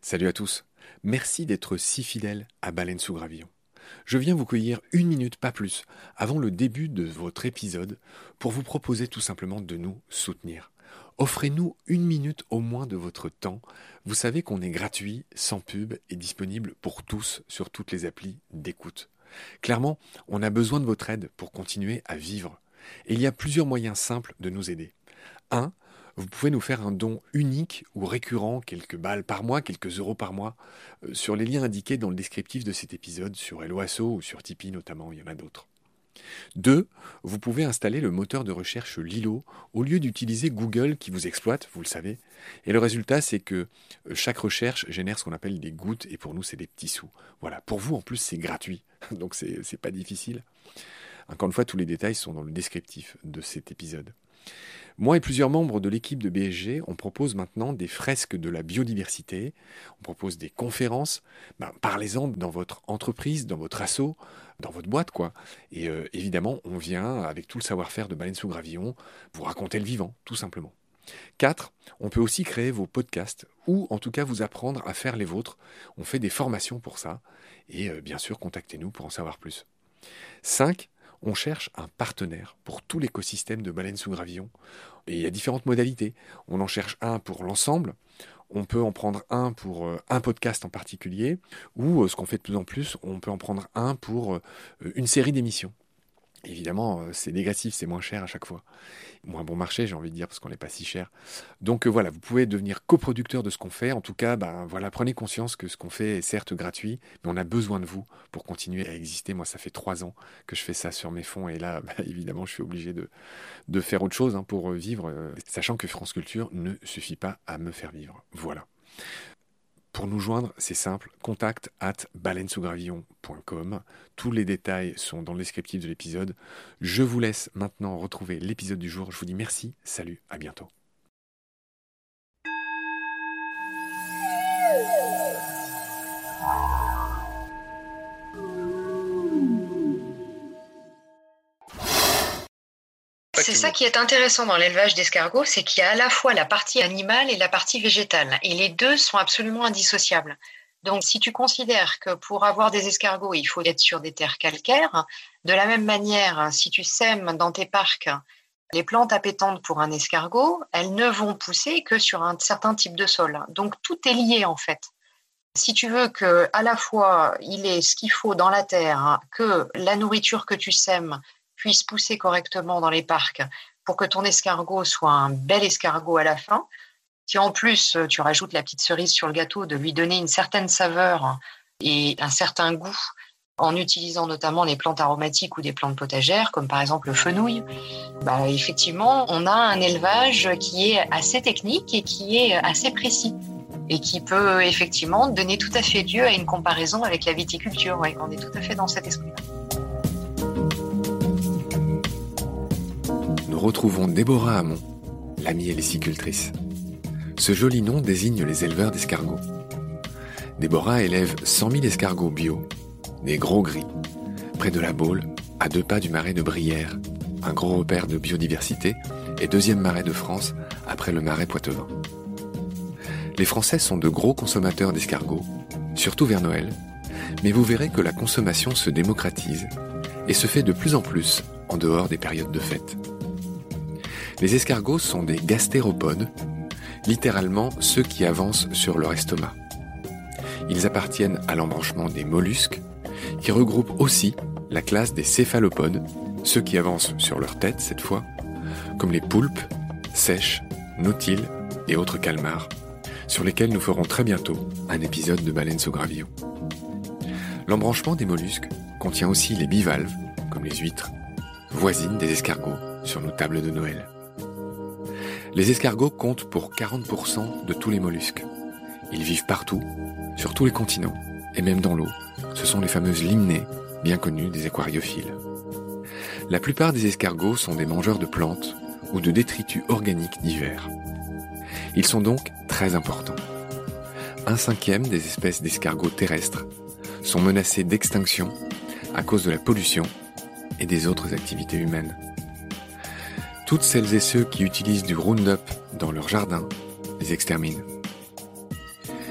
Salut à tous. Merci d'être si fidèles à Baleine sous Gravillon. Je viens vous cueillir 1 minute, pas plus, avant le début de votre épisode pour vous proposer tout simplement de nous soutenir. Offrez-nous 1 minute au moins de votre temps. Vous savez qu'on est gratuit, sans pub et disponible pour tous sur toutes les applis d'écoute. Clairement, on a besoin de votre aide pour continuer à vivre. Et il y a plusieurs moyens simples de nous aider. 1. Vous pouvez nous faire un don unique ou récurrent, quelques balles par mois, quelques euros par mois, sur les liens indiqués dans le descriptif de cet épisode, sur Helloasso ou sur Tipeee notamment, il y en a d'autres. 2. Vous pouvez installer le moteur de recherche Lilo au lieu d'utiliser Google qui vous exploite, vous le savez. Et le résultat, c'est que chaque recherche génère ce qu'on appelle des gouttes, et pour nous, c'est des petits sous. Voilà, pour vous, en plus, c'est gratuit, donc c'est pas difficile. Encore une fois, tous les détails sont dans le descriptif de cet épisode. Moi et plusieurs membres de l'équipe de BSG, on propose maintenant des fresques de la biodiversité, on propose des conférences, parlez-en dans votre entreprise, dans votre asso, dans votre boîte quoi. Et évidemment, on vient avec tout le savoir-faire de Baleine sous Gravillon vous raconter le vivant, tout simplement. 4. On peut aussi créer vos podcasts ou en tout cas vous apprendre à faire les vôtres. On fait des formations pour ça et bien sûr, contactez-nous pour en savoir plus. 5. On cherche un partenaire pour tout l'écosystème de Baleine sous Gravillon. Et il y a différentes modalités. On en cherche un pour l'ensemble. On peut en prendre un pour un podcast en particulier. Ou, ce qu'on fait de plus en plus, on peut en prendre un pour une série d'émissions. Évidemment, c'est négatif, c'est moins cher à chaque fois. Moins bon marché, j'ai envie de dire, parce qu'on n'est pas si cher. Donc voilà, vous pouvez devenir coproducteur de ce qu'on fait. En tout cas, voilà, prenez conscience que ce qu'on fait est certes gratuit, mais on a besoin de vous pour continuer à exister. Moi, ça fait 3 ans que je fais ça sur mes fonds. Et là, évidemment, je suis obligé de faire autre chose pour vivre, sachant que France Culture ne suffit pas à me faire vivre. Voilà. Pour nous joindre, c'est simple, contact@baleinesousgravillon.com. Tous les détails sont dans le descriptif de l'épisode. Je vous laisse maintenant retrouver l'épisode du jour. Je vous dis merci, salut, à bientôt. C'est ça qui est intéressant dans l'élevage d'escargots, c'est qu'il y a à la fois la partie animale et la partie végétale. Et les deux sont absolument indissociables. Donc, si tu considères que pour avoir des escargots, il faut être sur des terres calcaires, de la même manière, si tu sèmes dans tes parcs les plantes appétantes pour un escargot, elles ne vont pousser que sur un certain type de sol. Donc, tout est lié en fait. Si tu veux que à la fois il ait ce qu'il faut dans la terre, que la nourriture que tu sèmes puisse pousser correctement dans les parcs pour que ton escargot soit un bel escargot à la fin. Si en plus tu rajoutes la petite cerise sur le gâteau de lui donner une certaine saveur et un certain goût en utilisant notamment les plantes aromatiques ou des plantes potagères comme par exemple le fenouil, effectivement on a un élevage qui est assez technique et qui est assez précis et qui peut effectivement donner tout à fait lieu à une comparaison avec la viticulture. Ouais, on est tout à fait dans cet esprit-là. Nous retrouvons Déborah Hamon, la myélicicultrice. Ce joli nom désigne les éleveurs d'escargots. Déborah élève 100 000 escargots bio, des gros gris, près de la Baule, à 2 pas du marais de Brière, un gros repère de biodiversité et 2e marais de France après le marais Poitevin. Les Français sont de gros consommateurs d'escargots, surtout vers Noël, mais vous verrez que la consommation se démocratise et se fait de plus en plus en dehors des périodes de fête. Les escargots sont des gastéropodes, littéralement ceux qui avancent sur leur estomac. Ils appartiennent à l'embranchement des mollusques, qui regroupe aussi la classe des céphalopodes, ceux qui avancent sur leur tête cette fois, comme les poulpes, sèches, nautiles et autres calmars, sur lesquels nous ferons très bientôt un épisode de Baleine sous Gravillon. L'embranchement des mollusques contient aussi les bivalves, comme les huîtres, voisines des escargots sur nos tables de Noël. Les escargots comptent pour 40% de tous les mollusques. Ils vivent partout, sur tous les continents, et même dans l'eau. Ce sont les fameuses limnées, bien connues des aquariophiles. La plupart des escargots sont des mangeurs de plantes ou de détritus organiques divers. Ils sont donc très importants. 1/5 des espèces d'escargots terrestres sont menacées d'extinction à cause de la pollution et des autres activités humaines. Toutes celles et ceux qui utilisent du Roundup dans leur jardin les exterminent.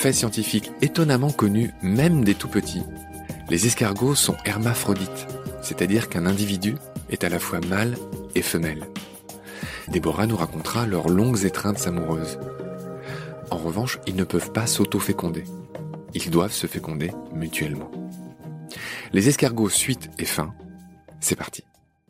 fait scientifique étonnamment connu même des tout petits, les escargots sont hermaphrodites, c'est-à-dire qu'un individu est à la fois mâle et femelle. Déborah nous racontera leurs longues étreintes amoureuses. En revanche, ils ne peuvent pas s'auto-féconder. Ils doivent se féconder mutuellement. Les escargots suite et fin, c'est parti.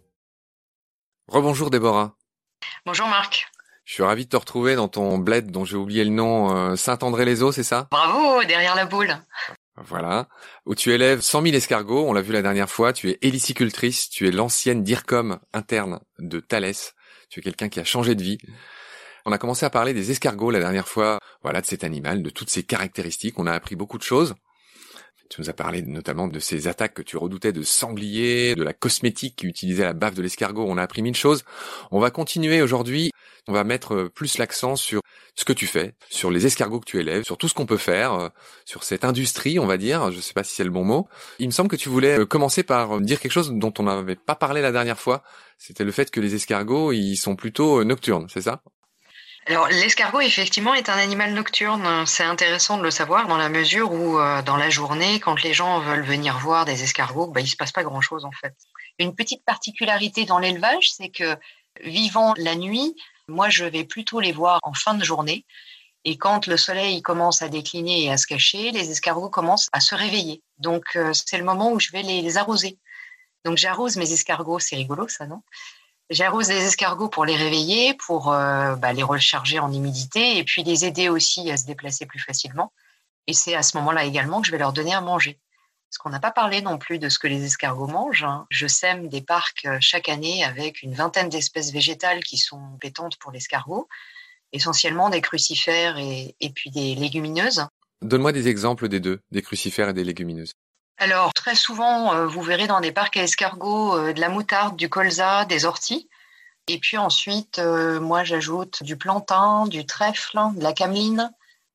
Rebonjour Déborah. Bonjour Marc. Je suis ravi de te retrouver dans ton bled dont j'ai oublié le nom, Saint-André-les-Eaux, c'est ça ? Bravo, derrière la boule. Voilà, où tu élèves 100 000 escargots, on l'a vu la dernière fois, tu es hélicicultrice, tu es l'ancienne DIRCOM interne de Thalès, tu es quelqu'un qui a changé de vie. On a commencé à parler des escargots la dernière fois, voilà, de cet animal, de toutes ses caractéristiques, on a appris beaucoup de choses. Tu nous as parlé notamment de ces attaques que tu redoutais de sangliers, de la cosmétique qui utilisait la baffe de l'escargot, on a appris mille choses. On va continuer aujourd'hui, on va mettre plus l'accent sur ce que tu fais, sur les escargots que tu élèves, sur tout ce qu'on peut faire, sur cette industrie, on va dire, je sais pas si c'est le bon mot. Il me semble que tu voulais commencer par dire quelque chose dont on n'avait pas parlé la dernière fois, c'était le fait que les escargots, ils sont plutôt nocturnes, c'est ça ? Alors, l'escargot, effectivement, est un animal nocturne. C'est intéressant de le savoir dans la mesure où, dans la journée, quand les gens veulent venir voir des escargots, il se passe pas grand-chose, en fait. Une petite particularité dans l'élevage, c'est que, vivant la nuit, moi, je vais plutôt les voir en fin de journée. Et quand le soleil commence à décliner et à se cacher, les escargots commencent à se réveiller. Donc, c'est le moment où je vais les arroser. Donc, j'arrose mes escargots. C'est rigolo, ça, non ? J'arrose les escargots pour les réveiller, pour les recharger en humidité et puis les aider aussi à se déplacer plus facilement. Et c'est à ce moment-là également que je vais leur donner à manger. Parce qu'on n'a pas parlé non plus de ce que les escargots mangent. Je sème des parcs chaque année avec une vingtaine d'espèces végétales qui sont compétentes pour l'escargot, essentiellement des crucifères et puis des légumineuses. Donne-moi des exemples des deux, des crucifères et des légumineuses. Alors, très souvent, vous verrez dans des parcs à escargots de la moutarde, du colza, des orties. Et puis ensuite, moi, j'ajoute du plantain, du trèfle, de la cameline.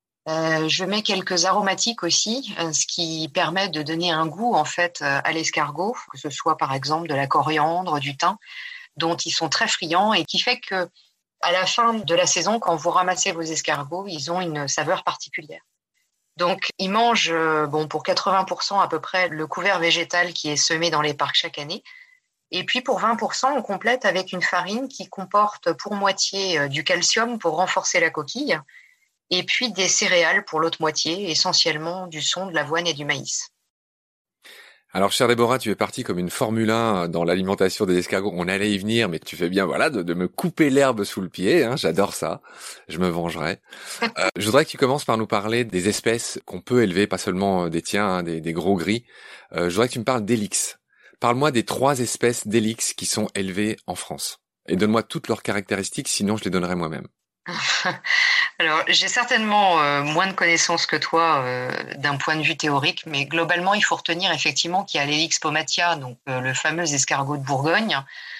Je mets quelques aromatiques aussi, ce qui permet de donner un goût, en fait, à l'escargot, que ce soit, par exemple, de la coriandre, du thym, dont ils sont très friands et qui fait que, à la fin de la saison, quand vous ramassez vos escargots, ils ont une saveur particulière. Donc, ils mangent, pour 80% à peu près, le couvert végétal qui est semé dans les parcs chaque année. Et puis, pour 20%, on complète avec une farine qui comporte pour moitié du calcium pour renforcer la coquille, et puis des céréales pour l'autre moitié, essentiellement du son, de l'avoine et du maïs. Alors, chère Déborah, tu es partie comme une Formule 1 dans l'alimentation des escargots. On allait y venir, mais tu fais bien, voilà, de me couper l'herbe sous le pied. Hein, j'adore ça. Je me vengerai. Je voudrais que tu commences par nous parler des espèces qu'on peut élever, pas seulement des tiens, hein, des gros gris. Je voudrais que tu me parles d'Helix. Parle-moi des 3 espèces d'Helix qui sont élevées en France. Et donne-moi toutes leurs caractéristiques, sinon je les donnerai moi-même. Alors, j'ai certainement moins de connaissances que toi d'un point de vue théorique, mais globalement, il faut retenir effectivement qu'il y a l'Helix pomatia, donc le fameux escargot de Bourgogne,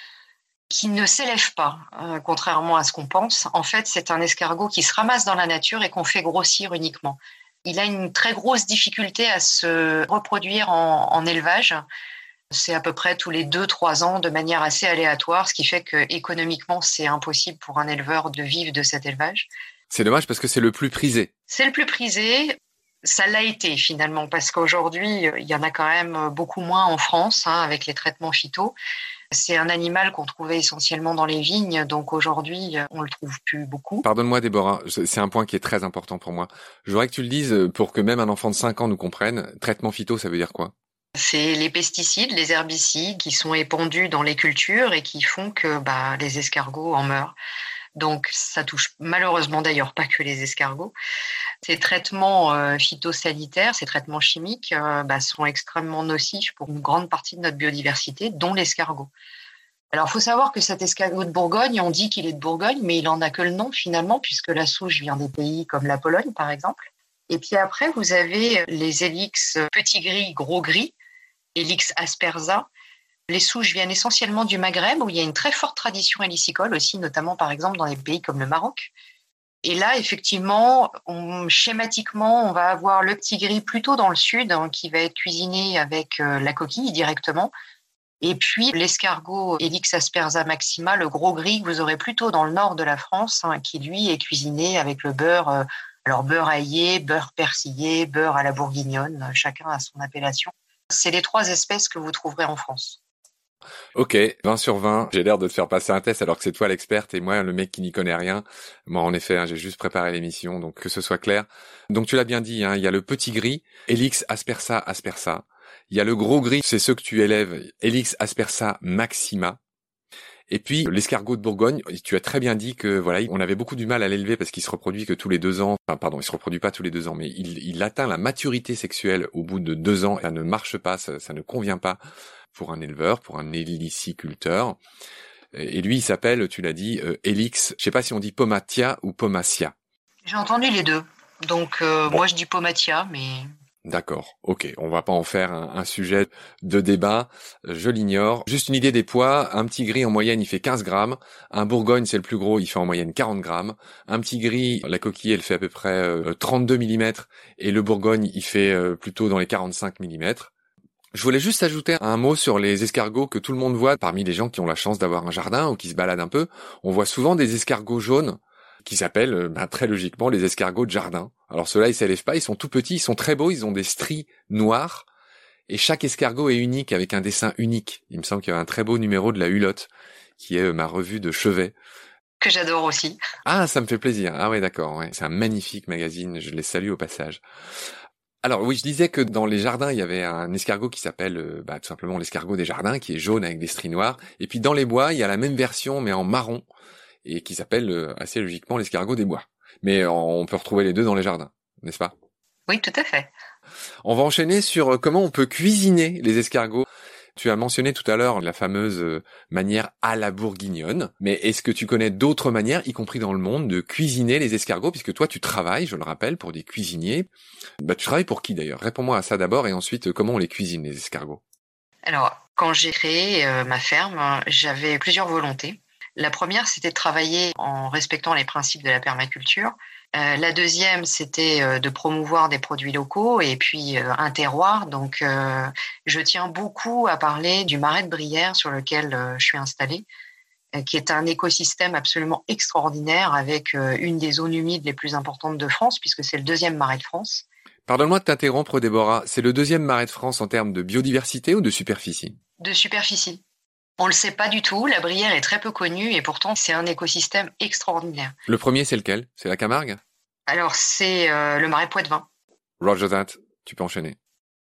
qui ne s'élève pas, contrairement à ce qu'on pense. En fait, c'est un escargot qui se ramasse dans la nature et qu'on fait grossir uniquement. Il a une très grosse difficulté à se reproduire en élevage. C'est à peu près tous les 2-3 ans de manière assez aléatoire, ce qui fait que économiquement, c'est impossible pour un éleveur de vivre de cet élevage. C'est dommage parce que c'est le plus prisé. C'est le plus prisé. Ça l'a été finalement parce qu'aujourd'hui, il y en a quand même beaucoup moins en France avec les traitements phyto. C'est un animal qu'on trouvait essentiellement dans les vignes, donc aujourd'hui, on le trouve plus beaucoup. Pardonne-moi Déborah, c'est un point qui est très important pour moi. Je voudrais que tu le dises pour que même un enfant de 5 ans nous comprenne. Traitement phyto, ça veut dire quoi ? C'est les pesticides, les herbicides qui sont épandus dans les cultures et qui font que les escargots en meurent. Donc, ça touche malheureusement d'ailleurs pas que les escargots. Ces traitements phytosanitaires, ces traitements chimiques sont extrêmement nocifs pour une grande partie de notre biodiversité, dont l'escargot. Alors, il faut savoir que cet escargot de Bourgogne, on dit qu'il est de Bourgogne, mais il n'en a que le nom finalement, puisque la souche vient des pays comme la Pologne, par exemple. Et puis après, vous avez les Helix petits gris, gros gris, Helix aspersa. Les souches viennent essentiellement du Maghreb, où il y a une très forte tradition hélicicole aussi, notamment par exemple dans des pays comme le Maroc. Et là, effectivement, schématiquement, on va avoir le petit gris plutôt dans le sud, qui va être cuisiné avec la coquille directement. Et puis l'escargot Helix aspersa maxima, le gros gris que vous aurez plutôt dans le nord de la France, qui lui est cuisiné avec le beurre Alors beurre aillé, beurre persillé, beurre à la bourguignonne, chacun a son appellation. C'est les 3 espèces que vous trouverez en France. Ok, 20 sur 20. J'ai l'air de te faire passer un test alors que c'est toi l'experte et moi le mec qui n'y connaît rien. Moi en effet, j'ai juste préparé l'émission, donc que ce soit clair. Donc tu l'as bien dit, il y a le petit gris, Helix aspersa aspersa. Il y a le gros gris, c'est ceux que tu élèves, Helix aspersa maxima. Et puis l'escargot de Bourgogne, tu as très bien dit que voilà, on avait beaucoup du mal à l'élever parce qu'il se reproduit que tous les 2 ans. Enfin pardon, il se reproduit pas tous les 2 ans, mais il atteint la maturité sexuelle au bout de 2 ans. Ça ne marche pas, ça ne convient pas pour un éleveur, pour un héliciculteur. Et lui, il s'appelle, tu l'as dit, Helix. Je sais pas si on dit Pomatia ou Pomacia. J'ai entendu les 2. Donc moi je dis Pomatia, mais... D'accord, ok, on va pas en faire un sujet de débat, je l'ignore. Juste une idée des poids, un petit gris en moyenne il fait 15 grammes, un Bourgogne c'est le plus gros, il fait en moyenne 40 grammes, un petit gris, la coquille elle fait à peu près 32 mm, et le Bourgogne il fait plutôt dans les 45 mm. Je voulais juste ajouter un mot sur les escargots que tout le monde voit parmi les gens qui ont la chance d'avoir un jardin ou qui se baladent un peu. On voit souvent des escargots jaunes qui s'appellent très logiquement les escargots de jardin. Alors ceux-là, ils s'élèvent pas, ils sont tout petits, ils sont très beaux, ils ont des stries noires, et chaque escargot est unique, avec un dessin unique. Il me semble qu'il y a un très beau numéro de La Hulotte, qui est ma revue de chevet. Que j'adore aussi. Ah, ça me fait plaisir. Ah ouais, d'accord, ouais. C'est un magnifique magazine, je les salue au passage. Alors oui, je disais que dans les jardins, il y avait un escargot qui s'appelle tout simplement l'escargot des jardins, qui est jaune avec des stries noires. Et puis dans les bois, il y a la même version, mais en marron, et qui s'appelle assez logiquement l'escargot des bois. Mais on peut retrouver les 2 dans les jardins, n'est-ce pas? Oui, tout à fait. On va enchaîner sur comment on peut cuisiner les escargots. Tu as mentionné tout à l'heure la fameuse manière à la bourguignonne, mais est-ce que tu connais d'autres manières, y compris dans le monde, de cuisiner les escargots? Puisque toi, tu travailles, je le rappelle, pour des cuisiniers. Tu travailles pour qui d'ailleurs? Réponds-moi à ça d'abord et ensuite, comment on les cuisine, les escargots? Alors, quand j'ai créé ma ferme, j'avais plusieurs volontés. La première, c'était de travailler en respectant les principes de la permaculture. La deuxième, c'était de promouvoir des produits locaux et puis un terroir. Donc, je tiens beaucoup à parler du marais de Brière sur lequel je suis installée, qui est un écosystème absolument extraordinaire avec une des zones humides les plus importantes de France, puisque c'est le 2e marais de France. Pardonne-moi de t'interrompre, Déborah. C'est le 2e marais de France en termes de biodiversité ou de superficie? De superficie. On le sait pas du tout, la Brière est très peu connue et pourtant c'est un écosystème extraordinaire. Le premier, c'est lequel? C'est la Camargue? Alors c'est le marais Poitevin. Roger that, tu peux enchaîner.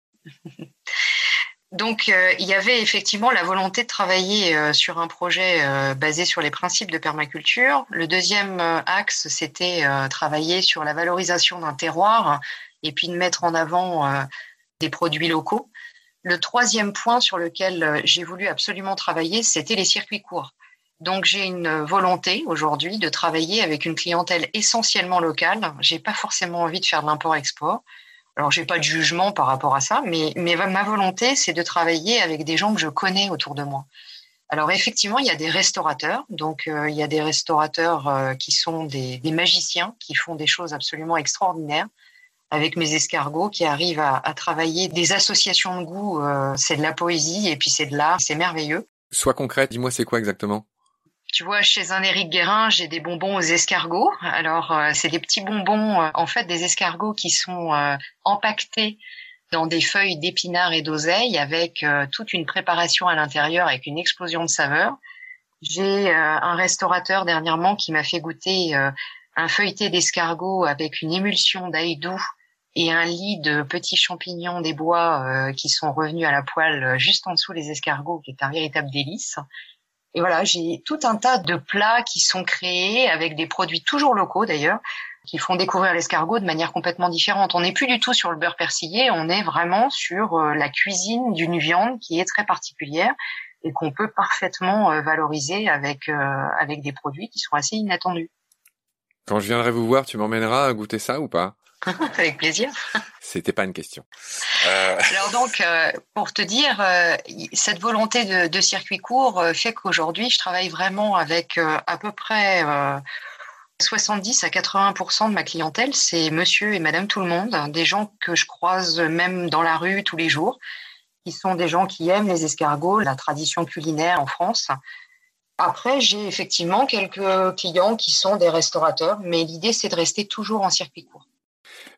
Donc il y avait effectivement la volonté de travailler sur un projet basé sur les principes de permaculture. Le deuxième axe, c'était travailler sur la valorisation d'un terroir et puis de mettre en avant des produits locaux. Le troisième point sur lequel j'ai voulu absolument travailler, c'était les circuits courts. Donc j'ai une volonté aujourd'hui de travailler avec une clientèle essentiellement locale. J'ai pas forcément envie de faire de l'import-export. Alors j'ai pas de jugement par rapport à ça, mais ma volonté, c'est de travailler avec des gens que je connais autour de moi. Alors effectivement, il y a des restaurateurs. Donc il y a des restaurateurs qui sont des magiciens, qui font des choses absolument extraordinaires. Avec mes escargots qui arrivent à travailler des associations de goût, c'est de la poésie et puis c'est de l'art, c'est merveilleux. Sois concrète, dis-moi c'est quoi exactement? Tu vois, chez un Éric Guérin, j'ai des bonbons aux escargots. Alors, c'est des petits bonbons, en fait, des escargots qui sont empaquetés dans des feuilles d'épinards et d'oseille avec toute une préparation à l'intérieur avec une explosion de saveurs. J'ai un restaurateur dernièrement qui m'a fait goûter un feuilleté d'escargot avec une émulsion d'ail doux et un lit de petits champignons des bois qui sont revenus à la poêle juste en dessous des escargots, qui est un véritable délice. Et voilà, j'ai tout un tas de plats qui sont créés avec des produits toujours locaux d'ailleurs, qui font découvrir l'escargot de manière complètement différente. On n'est plus du tout sur le beurre persillé, on est vraiment sur la cuisine d'une viande qui est très particulière et qu'on peut parfaitement valoriser avec des produits qui sont assez inattendus. Quand je viendrai vous voir, tu m'emmèneras à goûter ça ou pas? Avec plaisir. C'était pas une question. Alors donc, pour te dire, cette volonté de circuit court fait qu'aujourd'hui, je travaille vraiment avec à peu près 70 à 80% de ma clientèle, c'est monsieur et madame tout le monde, des gens que je croise même dans la rue tous les jours, qui sont des gens qui aiment les escargots, la tradition culinaire en France. Après, j'ai effectivement quelques clients qui sont des restaurateurs, mais l'idée, c'est de rester toujours en circuit court.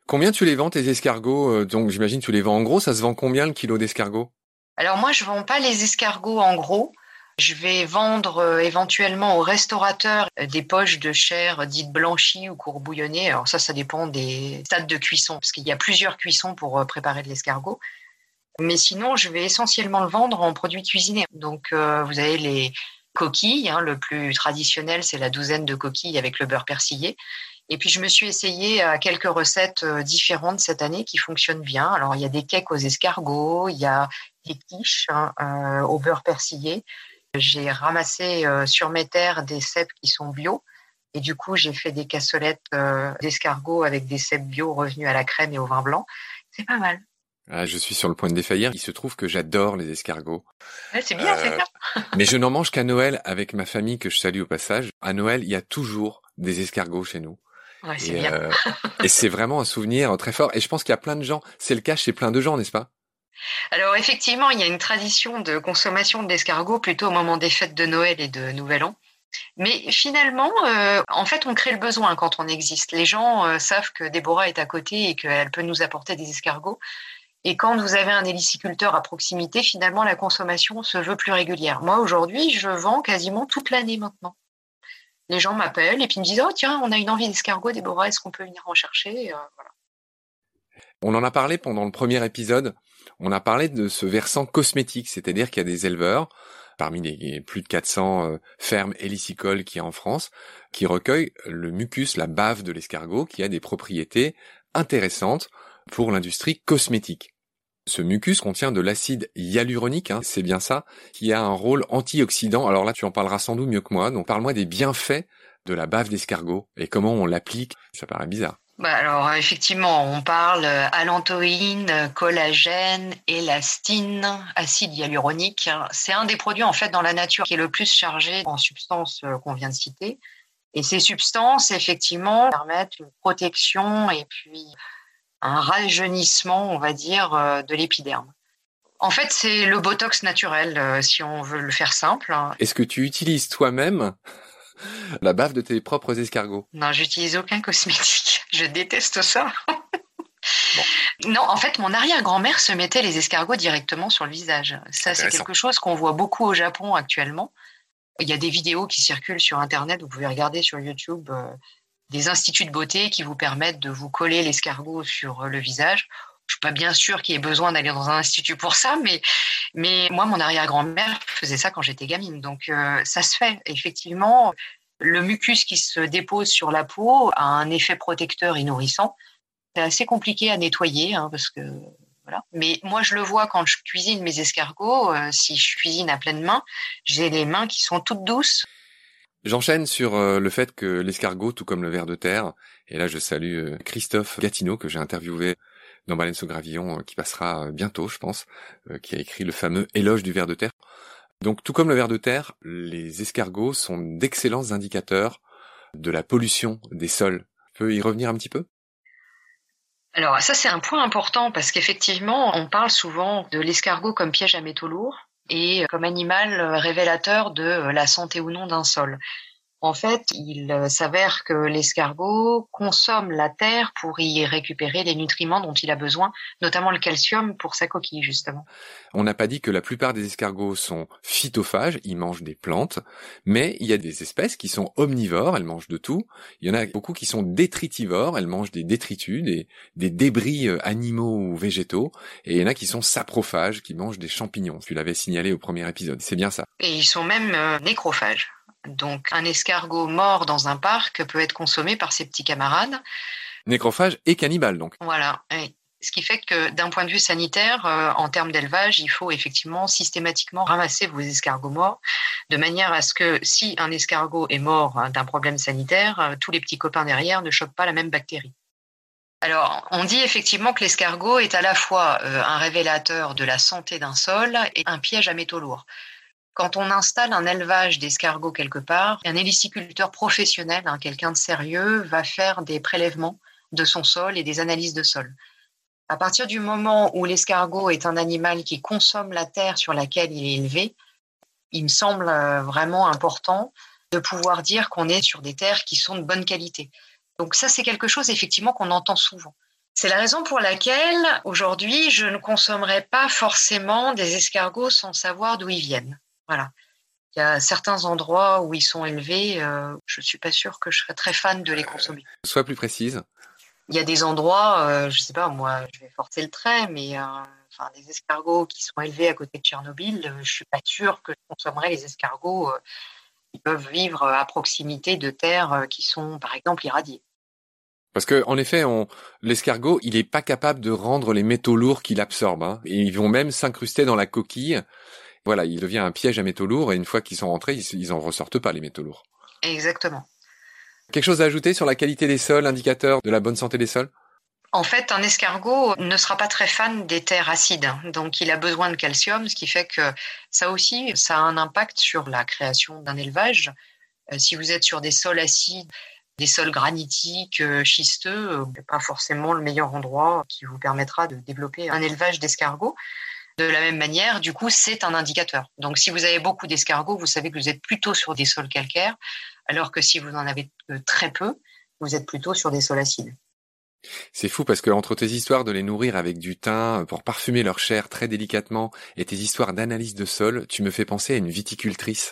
Combien tu les vends tes escargots? Donc j'imagine tu les vends en gros, ça se vend combien le kilo d'escargots? Alors moi, je vends pas les escargots en gros. Je vais vendre éventuellement aux restaurateurs des poches de chair dites blanchies ou courbouillonnées. Alors ça dépend des stades de cuisson, parce qu'il y a plusieurs cuissons pour préparer de l'escargot. Mais sinon, je vais essentiellement le vendre en produits cuisinés. Donc vous avez les coquilles, hein, le plus traditionnel, c'est la douzaine de coquilles avec le beurre persillé. Et puis, je me suis essayée à quelques recettes différentes cette année qui fonctionnent bien. Alors, il y a des cakes aux escargots, il y a des quiches au beurre persillé. J'ai ramassé sur mes terres des cèpes qui sont bio. Et du coup, j'ai fait des cassolettes d'escargots avec des cèpes bio revenus à la crème et au vin blanc. C'est pas mal. Ah, je suis sur le point de défaillir. Il se trouve que j'adore les escargots. Ouais, c'est bien, c'est bien. Mais je n'en mange qu'à Noël avec ma famille que je salue au passage. À Noël, il y a toujours des escargots chez nous. Ouais, c'est bien. Et c'est vraiment un souvenir très fort. Et je pense qu'il y a plein de gens. C'est le cas chez plein de gens, n'est-ce pas? Alors effectivement, il y a une tradition de consommation de l'escargot plutôt au moment des fêtes de Noël et de Nouvel An. Mais finalement, en fait, on crée le besoin quand on existe. Les gens savent que Déborah est à côté et qu'elle peut nous apporter des escargots. Et quand vous avez un héliciculteur à proximité, finalement, la consommation se veut plus régulière. Moi, aujourd'hui, je vends quasiment toute l'année maintenant. Les gens m'appellent et puis me disent « Oh tiens, on a une envie d'escargot, Déborah, est-ce qu'on peut venir en chercher ?» Voilà. On en a parlé pendant le premier épisode. On a parlé de ce versant cosmétique, c'est-à-dire qu'il y a des éleveurs, parmi les plus de 400 fermes hélicicoles qu'il y a en France, qui recueillent le mucus, la bave de l'escargot, qui a des propriétés intéressantes pour l'industrie cosmétique. Ce mucus contient de l'acide hyaluronique, hein, c'est bien ça, qui a un rôle antioxydant. Alors là, tu en parleras sans doute mieux que moi, donc parle-moi des bienfaits de la bave d'escargot et comment on l'applique. Ça paraît bizarre. Alors effectivement, on parle allantoïne, collagène, élastine, acide hyaluronique. C'est un des produits en fait dans la nature qui est le plus chargé en substances qu'on vient de citer. Et ces substances, effectivement, permettent une protection et puis un rajeunissement, on va dire, de l'épiderme. En fait, c'est le botox naturel, si on veut le faire simple. Est-ce que tu utilises toi-même la bave de tes propres escargots? Non, j'utilise aucun cosmétique. Je déteste ça. Bon. Non, en fait, mon arrière-grand-mère se mettait les escargots directement sur le visage. Ça, c'est quelque chose qu'on voit beaucoup au Japon actuellement. Il y a des vidéos qui circulent sur Internet, vous pouvez regarder sur YouTube, des instituts de beauté qui vous permettent de vous coller l'escargot sur le visage. Je suis pas bien sûre qu'il y ait besoin d'aller dans un institut pour ça, mais moi, mon arrière-grand-mère faisait ça quand j'étais gamine. Donc, ça se fait. Effectivement, le mucus qui se dépose sur la peau a un effet protecteur et nourrissant. C'est assez compliqué à nettoyer, hein, parce que voilà. Mais moi, je le vois quand je cuisine mes escargots. Si je cuisine à pleine main, j'ai les mains qui sont toutes douces. J'enchaîne sur le fait que l'escargot, tout comme le ver de terre, et là je salue Christophe Gatineau que j'ai interviewé dans Baleine sous Gravillon, qui passera bientôt, je pense, qui a écrit le fameux éloge du ver de terre. Donc tout comme le ver de terre, les escargots sont d'excellents indicateurs de la pollution des sols. Tu peux y revenir un petit peu ? Alors ça, c'est un point important parce qu'effectivement, on parle souvent de l'escargot comme piège à métaux lourds et comme animal révélateur de la santé ou non d'un sol. En fait, il s'avère que l'escargot consomme la terre pour y récupérer les nutriments dont il a besoin, notamment le calcium pour sa coquille, justement. On n'a pas dit que la plupart des escargots sont phytophages, ils mangent des plantes, mais il y a des espèces qui sont omnivores, elles mangent de tout. Il y en a beaucoup qui sont détritivores, elles mangent des détritus, des débris animaux ou végétaux, et il y en a qui sont saprophages, qui mangent des champignons. Tu l'avais signalé au premier épisode, c'est bien ça. Et ils sont même nécrophages. Donc, un escargot mort dans un parc peut être consommé par ses petits camarades. Nécrophage et cannibale, donc. Voilà. Et ce qui fait que, d'un point de vue sanitaire, en termes d'élevage, il faut effectivement systématiquement ramasser vos escargots morts, de manière à ce que, si un escargot est mort d'un problème sanitaire, tous les petits copains derrière ne chopent pas la même bactérie. Alors, on dit effectivement que l'escargot est à la fois un révélateur de la santé d'un sol et un piège à métaux lourds. Quand on installe un élevage d'escargots quelque part, un héliciculteur professionnel, quelqu'un de sérieux, va faire des prélèvements de son sol et des analyses de sol. À partir du moment où l'escargot est un animal qui consomme la terre sur laquelle il est élevé, il me semble vraiment important de pouvoir dire qu'on est sur des terres qui sont de bonne qualité. Donc ça, c'est quelque chose effectivement qu'on entend souvent. C'est la raison pour laquelle, aujourd'hui, je ne consommerai pas forcément des escargots sans savoir d'où ils viennent. Voilà. Il y a certains endroits où ils sont élevés, je ne suis pas sûre que je serais très fan de les consommer. Sois plus précise. Il y a des endroits, je ne sais pas, moi, je vais forcer le trait, mais les escargots qui sont élevés à côté de Tchernobyl, je ne suis pas sûre que je consommerais les escargots qui peuvent vivre à proximité de terres qui sont, par exemple, irradiées. Parce que, en effet, l'escargot, il est pas capable de rendre les métaux lourds qu'il absorbe, hein. Et ils vont même s'incruster dans la coquille. Voilà, il devient un piège à métaux lourds et une fois qu'ils sont rentrés, ils en ressortent pas, les métaux lourds. Exactement. Quelque chose à ajouter sur la qualité des sols, indicateur de la bonne santé des sols? En fait, un escargot ne sera pas très fan des terres acides, donc il a besoin de calcium, ce qui fait que ça aussi, ça a un impact sur la création d'un élevage. Si vous êtes sur des sols acides, des sols granitiques, schisteux, pas forcément le meilleur endroit qui vous permettra de développer un élevage d'escargots. De la même manière, du coup, c'est un indicateur. Donc, si vous avez beaucoup d'escargots, vous savez que vous êtes plutôt sur des sols calcaires, alors que si vous en avez très peu, vous êtes plutôt sur des sols acides. C'est fou parce que entre tes histoires de les nourrir avec du thym pour parfumer leur chair très délicatement et tes histoires d'analyse de sol, tu me fais penser à une viticultrice.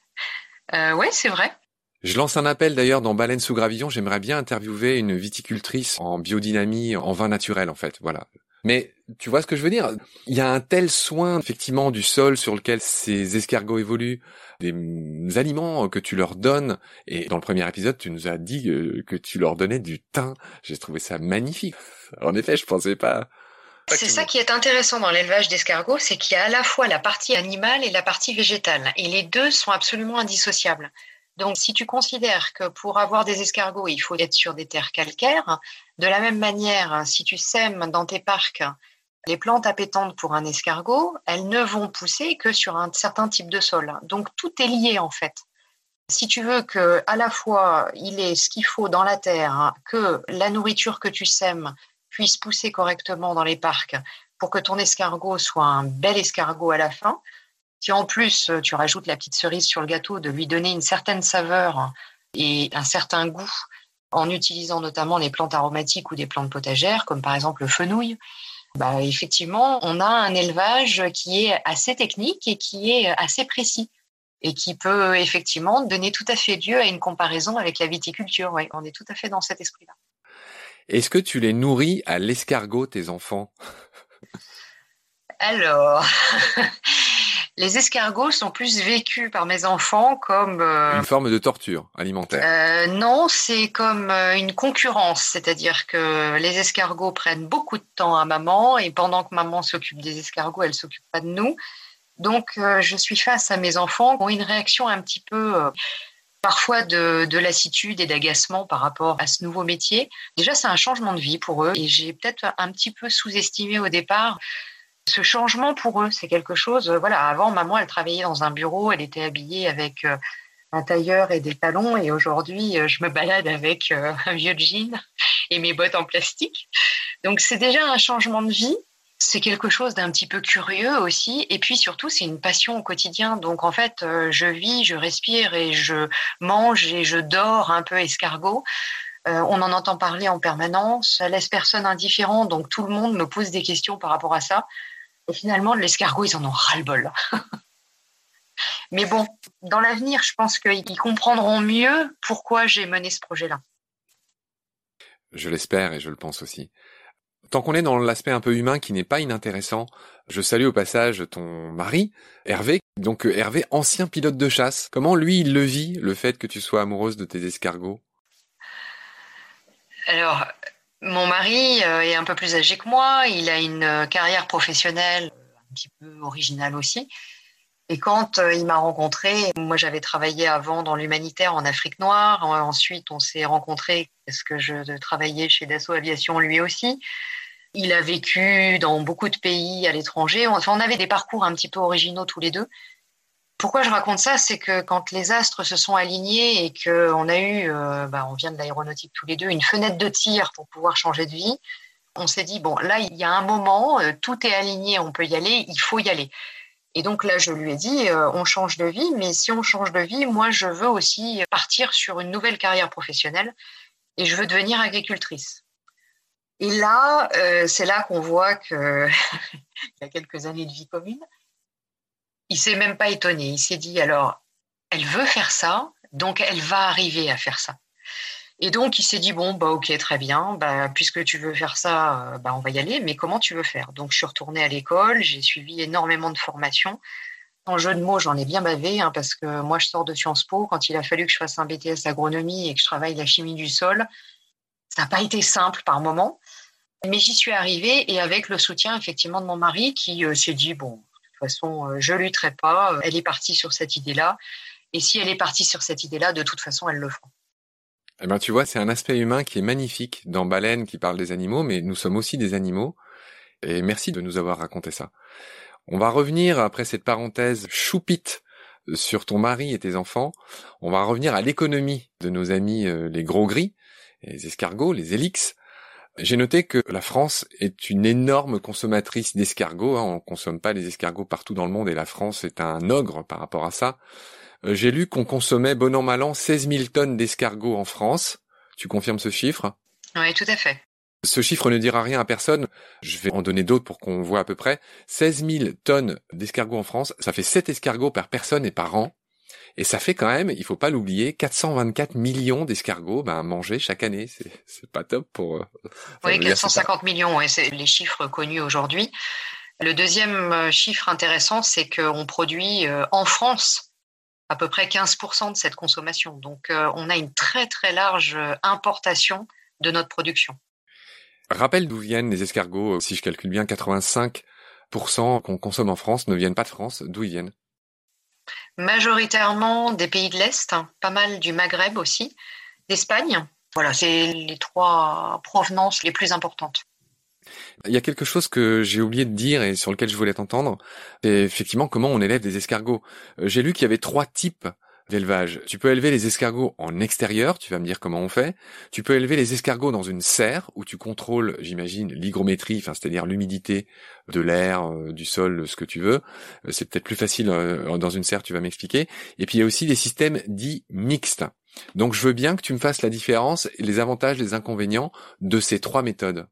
Oui, c'est vrai. Je lance un appel d'ailleurs dans Baleine sous gravillon. J'aimerais bien interviewer une viticultrice en biodynamie, en vin naturel en fait. Voilà. Mais tu vois ce que je veux dire? Il y a un tel soin effectivement du sol sur lequel ces escargots évoluent, des aliments que tu leur donnes. Et dans le premier épisode, tu nous as dit que tu leur donnais du thym. J'ai trouvé ça magnifique. En effet, je pensais pas. C'est ça qui est intéressant dans l'élevage d'escargots, c'est qu'il y a à la fois la partie animale et la partie végétale. Et les deux sont absolument indissociables. Donc, si tu considères que pour avoir des escargots, il faut être sur des terres calcaires, de la même manière, si tu sèmes dans tes parcs les plantes appétantes pour un escargot, elles ne vont pousser que sur un certain type de sol. Donc, tout est lié en fait. Si tu veux que à la fois il ait ce qu'il faut dans la terre, que la nourriture que tu sèmes puisse pousser correctement dans les parcs pour que ton escargot soit un bel escargot à la fin, si en plus tu rajoutes la petite cerise sur le gâteau de lui donner une certaine saveur et un certain goût en utilisant notamment des plantes aromatiques ou des plantes potagères, comme par exemple le fenouil, effectivement, on a un élevage qui est assez technique et qui est assez précis et qui peut effectivement donner tout à fait lieu à une comparaison avec la viticulture. Oui, on est tout à fait dans cet esprit-là. Est-ce que tu les nourris à l'escargot, tes enfants? Alors, les escargots sont plus vécus par mes enfants comme... Une forme de torture alimentaire. Non, c'est comme une concurrence, c'est-à-dire que les escargots prennent beaucoup de temps à maman et pendant que maman s'occupe des escargots, elle ne s'occupe pas de nous. Donc, je suis face à mes enfants qui ont une réaction un petit peu... parfois de lassitude et d'agacement par rapport à ce nouveau métier. Déjà, c'est un changement de vie pour eux et j'ai peut-être un petit peu sous-estimé au départ ce changement pour eux. C'est quelque chose, avant, maman, elle travaillait dans un bureau, elle était habillée avec un tailleur et des talons et aujourd'hui, je me balade avec un vieux jean et mes bottes en plastique. Donc, c'est déjà un changement de vie. C'est quelque chose d'un petit peu curieux aussi. Et puis surtout, c'est une passion au quotidien. Donc en fait, je vis, je respire et je mange et je dors un peu escargot. On en entend parler en permanence. Ça laisse personne indifférent. Donc tout le monde me pose des questions par rapport à ça. Et finalement, l'escargot, ils en ont ras-le-bol. Mais bon, dans l'avenir, je pense qu'ils comprendront mieux pourquoi j'ai mené ce projet-là. Je l'espère et je le pense aussi. Tant qu'on est dans l'aspect un peu humain qui n'est pas inintéressant, je salue au passage ton mari, Hervé. Donc Hervé, ancien pilote de chasse. Comment lui, il le vit, le fait que tu sois amoureuse de tes escargots? Alors, mon mari est un peu plus âgé que moi. Il a une carrière professionnelle un petit peu originale aussi. Et quand il m'a rencontrée, moi j'avais travaillé avant dans l'humanitaire en Afrique noire. Ensuite, on s'est rencontrés parce que je travaillais chez Dassault Aviation lui aussi. Il a vécu dans beaucoup de pays à l'étranger. Enfin, on avait des parcours un petit peu originaux tous les deux. Pourquoi je raconte ça? C'est que quand les astres se sont alignés et qu'on a eu, on vient de l'aéronautique tous les deux, une fenêtre de tir pour pouvoir changer de vie, on s'est dit, bon, là, il y a un moment, tout est aligné, on peut y aller, il faut y aller. Et donc là, je lui ai dit, on change de vie, mais si on change de vie, moi, je veux aussi partir sur une nouvelle carrière professionnelle et je veux devenir agricultrice. Et là, c'est là qu'on voit qu'il y a quelques années de vie commune. Il s'est même pas étonné. Il s'est dit, alors, elle veut faire ça, donc elle va arriver à faire ça. Et donc, il s'est dit, bon, bah, ok, très bien, bah, puisque tu veux faire ça, bah, on va y aller, mais comment tu veux faire? Donc, je suis retournée à l'école, j'ai suivi énormément de formations. En jeu de mots, j'en ai bien bavé, hein, parce que moi, je sors de Sciences Po. Quand il a fallu que je fasse un BTS agronomie et que je travaille la chimie du sol, ça n'a pas été simple par moment, mais j'y suis arrivée et avec le soutien, effectivement, de mon mari qui s'est dit, bon, de toute façon, je lutterai pas, elle est partie sur cette idée-là. Et si elle est partie sur cette idée-là, de toute façon, elle le fera. Eh ben, tu vois, c'est un aspect humain qui est magnifique dans Baleine qui parle des animaux, mais nous sommes aussi des animaux. Et merci de nous avoir raconté ça. On va revenir, après cette parenthèse choupite sur ton mari et tes enfants, on va revenir à l'économie de nos amis les gros gris, les escargots, les hélix. J'ai noté que la France est une énorme consommatrice d'escargots. On ne consomme pas les escargots partout dans le monde et la France est un ogre par rapport à ça. J'ai lu qu'on consommait bon an mal an 16 000 tonnes d'escargots en France. Tu confirmes ce chiffre? Oui, tout à fait. Ce chiffre ne dira rien à personne. Je vais en donner d'autres pour qu'on voit à peu près. 16 000 tonnes d'escargots en France, ça fait 7 escargots par personne et par an. Et ça fait quand même, il faut pas l'oublier, 424 millions d'escargots mangés chaque année. C'est pas top pour... Oui, 450 millions, ouais, c'est les chiffres connus aujourd'hui. Le deuxième chiffre intéressant, c'est qu'on produit en France à peu près 15% de cette consommation. Donc, on a une très, très large importation de notre production. Rappelle d'où viennent les escargots. Si je calcule bien, 85% qu'on consomme en France ne viennent pas de France. D'où ils viennent? Majoritairement des pays de l'Est, pas mal du Maghreb aussi, d'Espagne. Voilà, c'est les 3 provenances les plus importantes. Il y a quelque chose que j'ai oublié de dire et sur lequel je voulais t'entendre, c'est effectivement comment on élève des escargots. J'ai lu qu'il y avait 3 types d'élevage. Tu peux élever les escargots en extérieur, tu vas me dire comment on fait. Tu peux élever les escargots dans une serre où tu contrôles, j'imagine, l'hygrométrie, c'est-à-dire l'humidité de l'air, du sol, ce que tu veux. C'est peut-être plus facile dans une serre, tu vas m'expliquer. Et puis il y a aussi des systèmes dits mixtes. Donc je veux bien que tu me fasses la différence, les avantages, les inconvénients de ces 3 méthodes.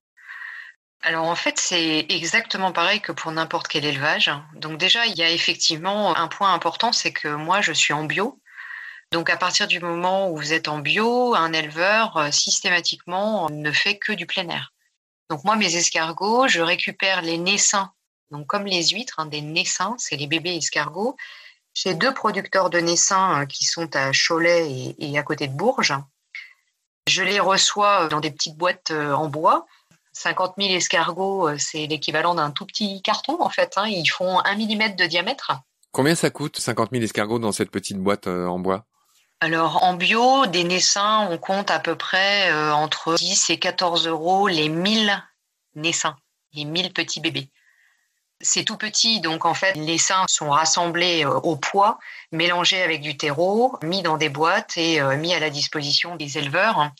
Alors en fait, c'est exactement pareil que pour n'importe quel élevage. Donc déjà, il y a effectivement un point important, c'est que moi, je suis en bio. Donc à partir du moment où vous êtes en bio, un éleveur, systématiquement, ne fait que du plein air. Donc moi, mes escargots, je récupère les naissins, donc comme les huîtres, des naissins, c'est les bébés escargots. J'ai 2 producteurs de naissins qui sont à Cholet et à côté de Bourges. Je les reçois dans des petites boîtes en bois. 50 000 escargots, c'est l'équivalent d'un tout petit carton, en fait. Ils font 1 millimètre de diamètre. Combien ça coûte, 50 000 escargots dans cette petite boîte en bois? Alors, en bio, des naissins, on compte à peu près entre 10 et 14 euros les 1000 naissins, les 1000 petits bébés. C'est tout petit, donc en fait, les seins sont rassemblés au poids, mélangés avec du terreau, mis dans des boîtes et mis à la disposition des éleveurs.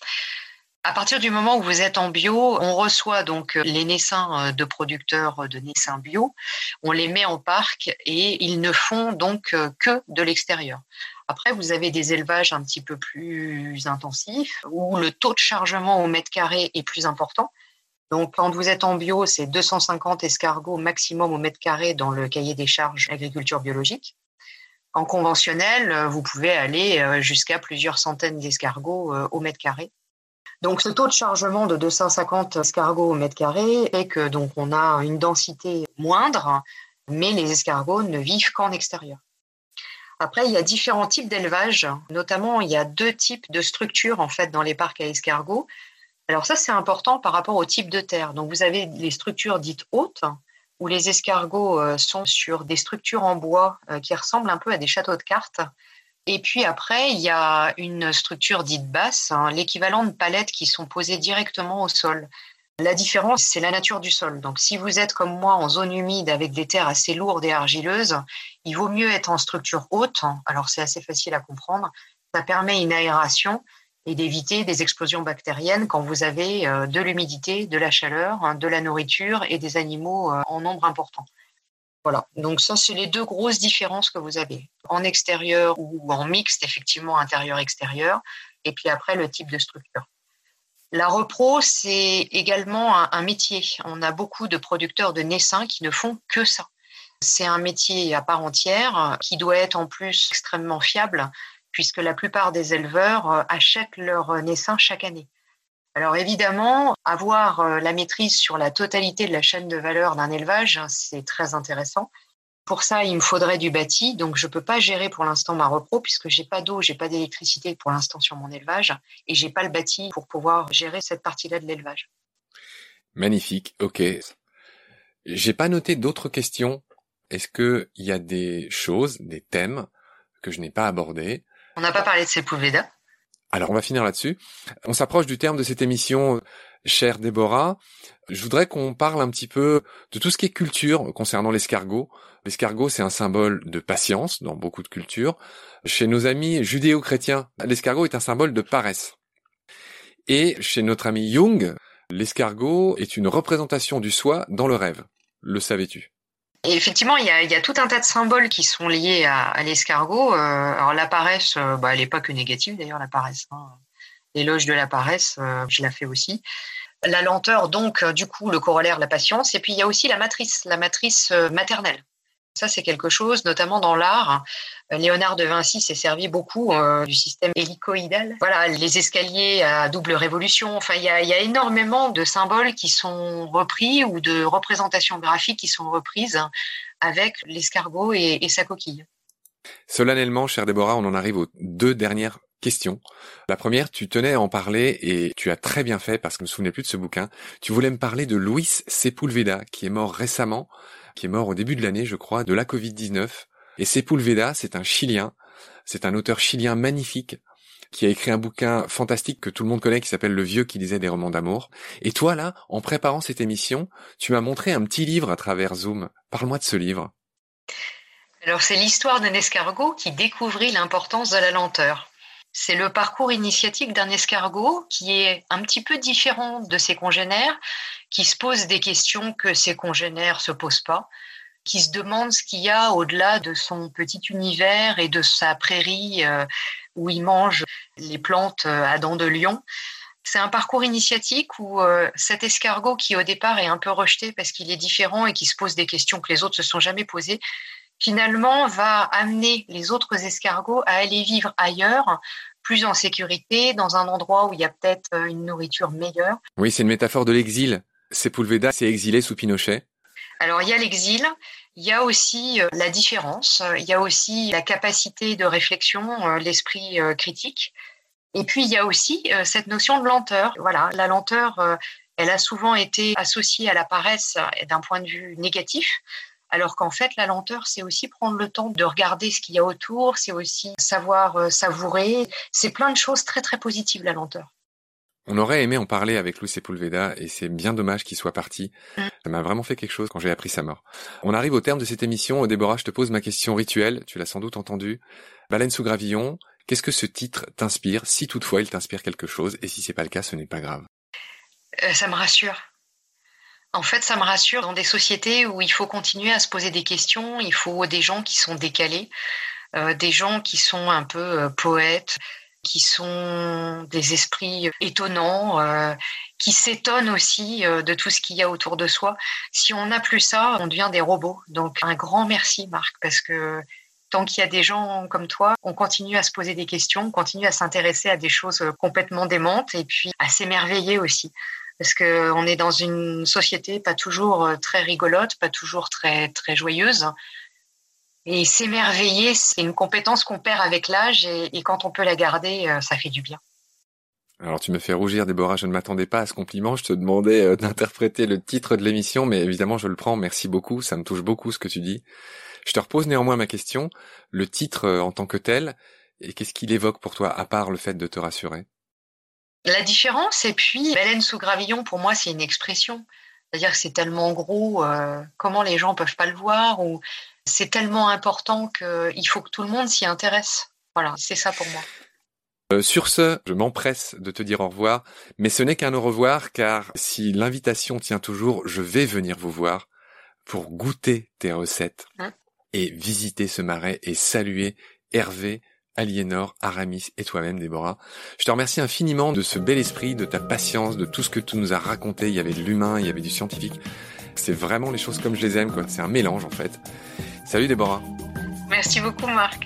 À partir du moment où vous êtes en bio, on reçoit donc les naissins de producteurs de naissins bio, on les met en parc et ils ne font donc que de l'extérieur. Après, vous avez des élevages un petit peu plus intensifs où le taux de chargement au mètre carré est plus important. Donc, quand vous êtes en bio, c'est 250 escargots maximum au mètre carré dans le cahier des charges agriculture biologique. En conventionnel, vous pouvez aller jusqu'à plusieurs centaines d'escargots au mètre carré. Donc, ce taux de chargement de 250 escargots au mètre carré fait que donc on a une densité moindre, mais les escargots ne vivent qu'en extérieur. Après, il y a différents types d'élevage. Notamment, il y a 2 types de structures en fait dans les parcs à escargots. Alors ça, c'est important par rapport au type de terre. Donc, vous avez les structures dites hautes, où les escargots sont sur des structures en bois qui ressemblent un peu à des châteaux de cartes. Et puis après, il y a une structure dite basse, l'équivalent de palettes qui sont posées directement au sol. La différence, c'est la nature du sol. Donc, si vous êtes comme moi en zone humide avec des terres assez lourdes et argileuses, il vaut mieux être en structure haute. Alors, c'est assez facile à comprendre. Ça permet une aération et d'éviter des explosions bactériennes quand vous avez de l'humidité, de la chaleur, de la nourriture et des animaux en nombre important. Voilà, donc ça, c'est les 2 grosses différences que vous avez. En extérieur ou en mixte, effectivement, intérieur-extérieur, et puis après, le type de structure. La repro, c'est également un métier. On a beaucoup de producteurs de naissins qui ne font que ça. C'est un métier à part entière qui doit être en plus extrêmement fiable puisque la plupart des éleveurs achètent leurs naissins chaque année. Alors évidemment, avoir la maîtrise sur la totalité de la chaîne de valeur d'un élevage, c'est très intéressant. Pour ça, il me faudrait du bâti, donc je ne peux pas gérer pour l'instant ma repro puisque j'ai pas d'eau, j'ai pas d'électricité pour l'instant sur mon élevage et j'ai pas le bâti pour pouvoir gérer cette partie-là de l'élevage. Magnifique, ok. J'ai pas noté d'autres questions. Est-ce que il y a des choses, des thèmes que je n'ai pas abordés? On n'a pas parlé de Sepulveda. Alors, on va finir là-dessus. On s'approche du terme de cette émission, chère Déborah. Je voudrais qu'on parle un petit peu de tout ce qui est culture concernant l'escargot. L'escargot, c'est un symbole de patience dans beaucoup de cultures. Chez nos amis judéo-chrétiens, l'escargot est un symbole de paresse. Et chez notre ami Jung, l'escargot est une représentation du soi dans le rêve. Le savais-tu? Et effectivement, il y a tout un tas de symboles qui sont liés à l'escargot. Alors la paresse, elle n'est pas que négative d'ailleurs, la paresse. L'éloge de la paresse, je la fais aussi. La lenteur, donc, du coup, le corollaire, la patience. Et puis, il y a aussi la matrice maternelle. Ça, c'est quelque chose, notamment dans l'art. Léonard de Vinci s'est servi beaucoup du système hélicoïdal. Voilà, les escaliers à double révolution. Enfin, il y a énormément de symboles qui sont repris ou de représentations graphiques qui sont reprises avec l'escargot et sa coquille. Solennellement, chère Déborah, on en arrive aux 2 dernières questions. La première, tu tenais à en parler et tu as très bien fait parce que je me souvenais plus de ce bouquin. Tu voulais me parler de Luis Sepulveda qui est mort récemment, qui est mort au début de l'année, je crois, de la Covid-19. Et Sepulveda, c'est un Chilien, c'est un auteur chilien magnifique qui a écrit un bouquin fantastique que tout le monde connaît qui s'appelle Le Vieux qui lisait des romans d'amour. Et toi là, en préparant cette émission, tu m'as montré un petit livre à travers Zoom. Parle-moi de ce livre. Alors, c'est l'histoire d'un escargot qui découvrit l'importance de la lenteur. C'est le parcours initiatique d'un escargot qui est un petit peu différent de ses congénères, qui se pose des questions que ses congénères se posent pas, qui se demande ce qu'il y a au-delà de son petit univers et de sa prairie où il mange les plantes à dents de lion. C'est un parcours initiatique où cet escargot qui au départ est un peu rejeté parce qu'il est différent et qui se pose des questions que les autres se sont jamais posées, finalement va amener les autres escargots à aller vivre ailleurs, plus en sécurité, dans un endroit où il y a peut-être une nourriture meilleure. Oui, c'est une métaphore de l'exil. Sepulveda s'est exilé sous Pinochet. Alors, il y a l'exil, il y a aussi la différence, il y a aussi la capacité de réflexion, l'esprit critique. Et puis, il y a aussi cette notion de lenteur. Voilà, la lenteur, elle a souvent été associée à la paresse d'un point de vue négatif, alors qu'en fait, la lenteur, c'est aussi prendre le temps de regarder ce qu'il y a autour, c'est aussi savoir savourer. C'est plein de choses très, très positives, la lenteur. On aurait aimé en parler avec Luis Sepulveda et c'est bien dommage qu'il soit parti. Ça m'a vraiment fait quelque chose quand j'ai appris sa mort. On arrive au terme de cette émission. Déborah, je te pose ma question rituelle. Tu l'as sans doute entendu. Baleine sous gravillon, qu'est-ce que ce titre t'inspire, si toutefois il t'inspire quelque chose, et si c'est pas le cas, ce n'est pas grave. Ça me rassure. En fait, ça me rassure dans des sociétés où il faut continuer à se poser des questions, il faut des gens qui sont décalés, des gens qui sont un peu poètes, qui sont des esprits étonnants, qui s'étonnent aussi de tout ce qu'il y a autour de soi. Si on n'a plus ça, on devient des robots. Donc un grand merci Marc, parce que tant qu'il y a des gens comme toi, on continue à se poser des questions, on continue à s'intéresser à des choses complètement démentes et puis à s'émerveiller aussi. Parce qu'on est dans une société pas toujours très rigolote, pas toujours très, très joyeuse. Et s'émerveiller, c'est une compétence qu'on perd avec l'âge et quand on peut la garder, ça fait du bien. Alors tu me fais rougir, Déborah, je ne m'attendais pas à ce compliment. Je te demandais d'interpréter le titre de l'émission, mais évidemment je le prends, merci beaucoup, ça me touche beaucoup ce que tu dis. Je te repose néanmoins ma question, le titre en tant que tel, et qu'est-ce qu'il évoque pour toi, à part le fait de te rassurer ? La différence, et puis baleine sous gravillon, pour moi, c'est une expression. C'est-à-dire que c'est tellement gros, comment les gens peuvent pas le voir, ou c'est tellement important qu'il faut que tout le monde s'y intéresse. Voilà, c'est ça pour moi. Sur ce, je m'empresse de te dire au revoir, mais ce n'est qu'un au revoir, car si l'invitation tient toujours, je vais venir vous voir pour goûter tes recettes et visiter ce marais et saluer Hervé Aliénor, Aramis et toi-même, Déborah. Je te remercie infiniment de ce bel esprit, de ta patience, de tout ce que tu nous as raconté. Il y avait de l'humain, il y avait du scientifique. C'est vraiment les choses comme je les aime, quoi. C'est un mélange, en fait. Salut, Déborah. Merci beaucoup, Marc.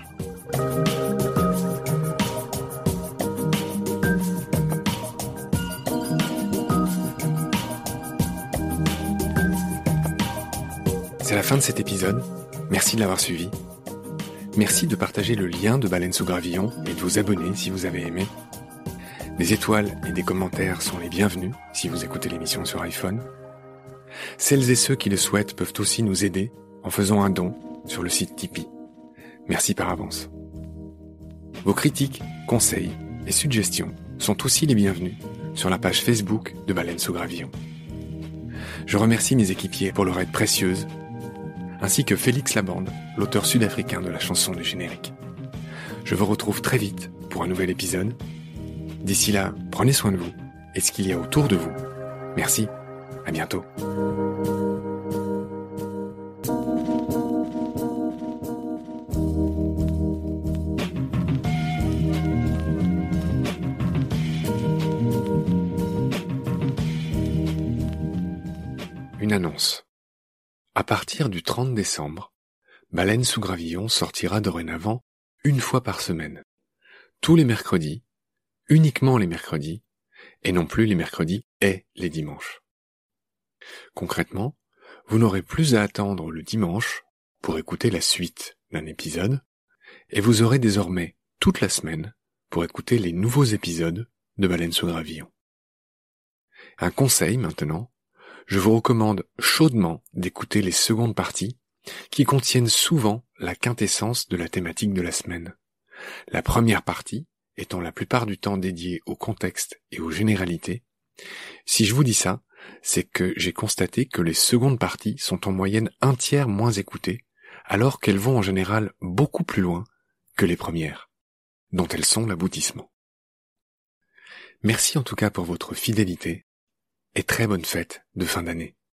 C'est la fin de cet épisode. Merci de l'avoir suivi. Merci de partager le lien de Baleine sous Gravillon et de vous abonner si vous avez aimé. Des étoiles et des commentaires sont les bienvenus si vous écoutez l'émission sur iPhone. Celles et ceux qui le souhaitent peuvent aussi nous aider en faisant un don sur le site Tipeee. Merci par avance. Vos critiques, conseils et suggestions sont aussi les bienvenus sur la page Facebook de Baleine sous Gravillon. Je remercie mes équipiers pour leur aide précieuse, ainsi que Félix Labande, l'auteur sud-africain de la chanson du générique. Je vous retrouve très vite pour un nouvel épisode. D'ici là, prenez soin de vous et de ce qu'il y a autour de vous. Merci, à bientôt. Une annonce. À partir du 30 décembre, Baleine sous Gravillon sortira dorénavant une fois par semaine. Tous les mercredis, uniquement les mercredis, et non plus les mercredis et les dimanches. Concrètement, vous n'aurez plus à attendre le dimanche pour écouter la suite d'un épisode, et vous aurez désormais toute la semaine pour écouter les nouveaux épisodes de Baleine sous Gravillon. Un conseil maintenant, je vous recommande chaudement d'écouter les secondes parties qui contiennent souvent la quintessence de la thématique de la semaine. La première partie étant la plupart du temps dédiée au contexte et aux généralités. Si je vous dis ça, c'est que j'ai constaté que les secondes parties sont en moyenne un tiers moins écoutées, alors qu'elles vont en général beaucoup plus loin que les premières, dont elles sont l'aboutissement. Merci en tout cas pour votre fidélité, et très bonne fête de fin d'année.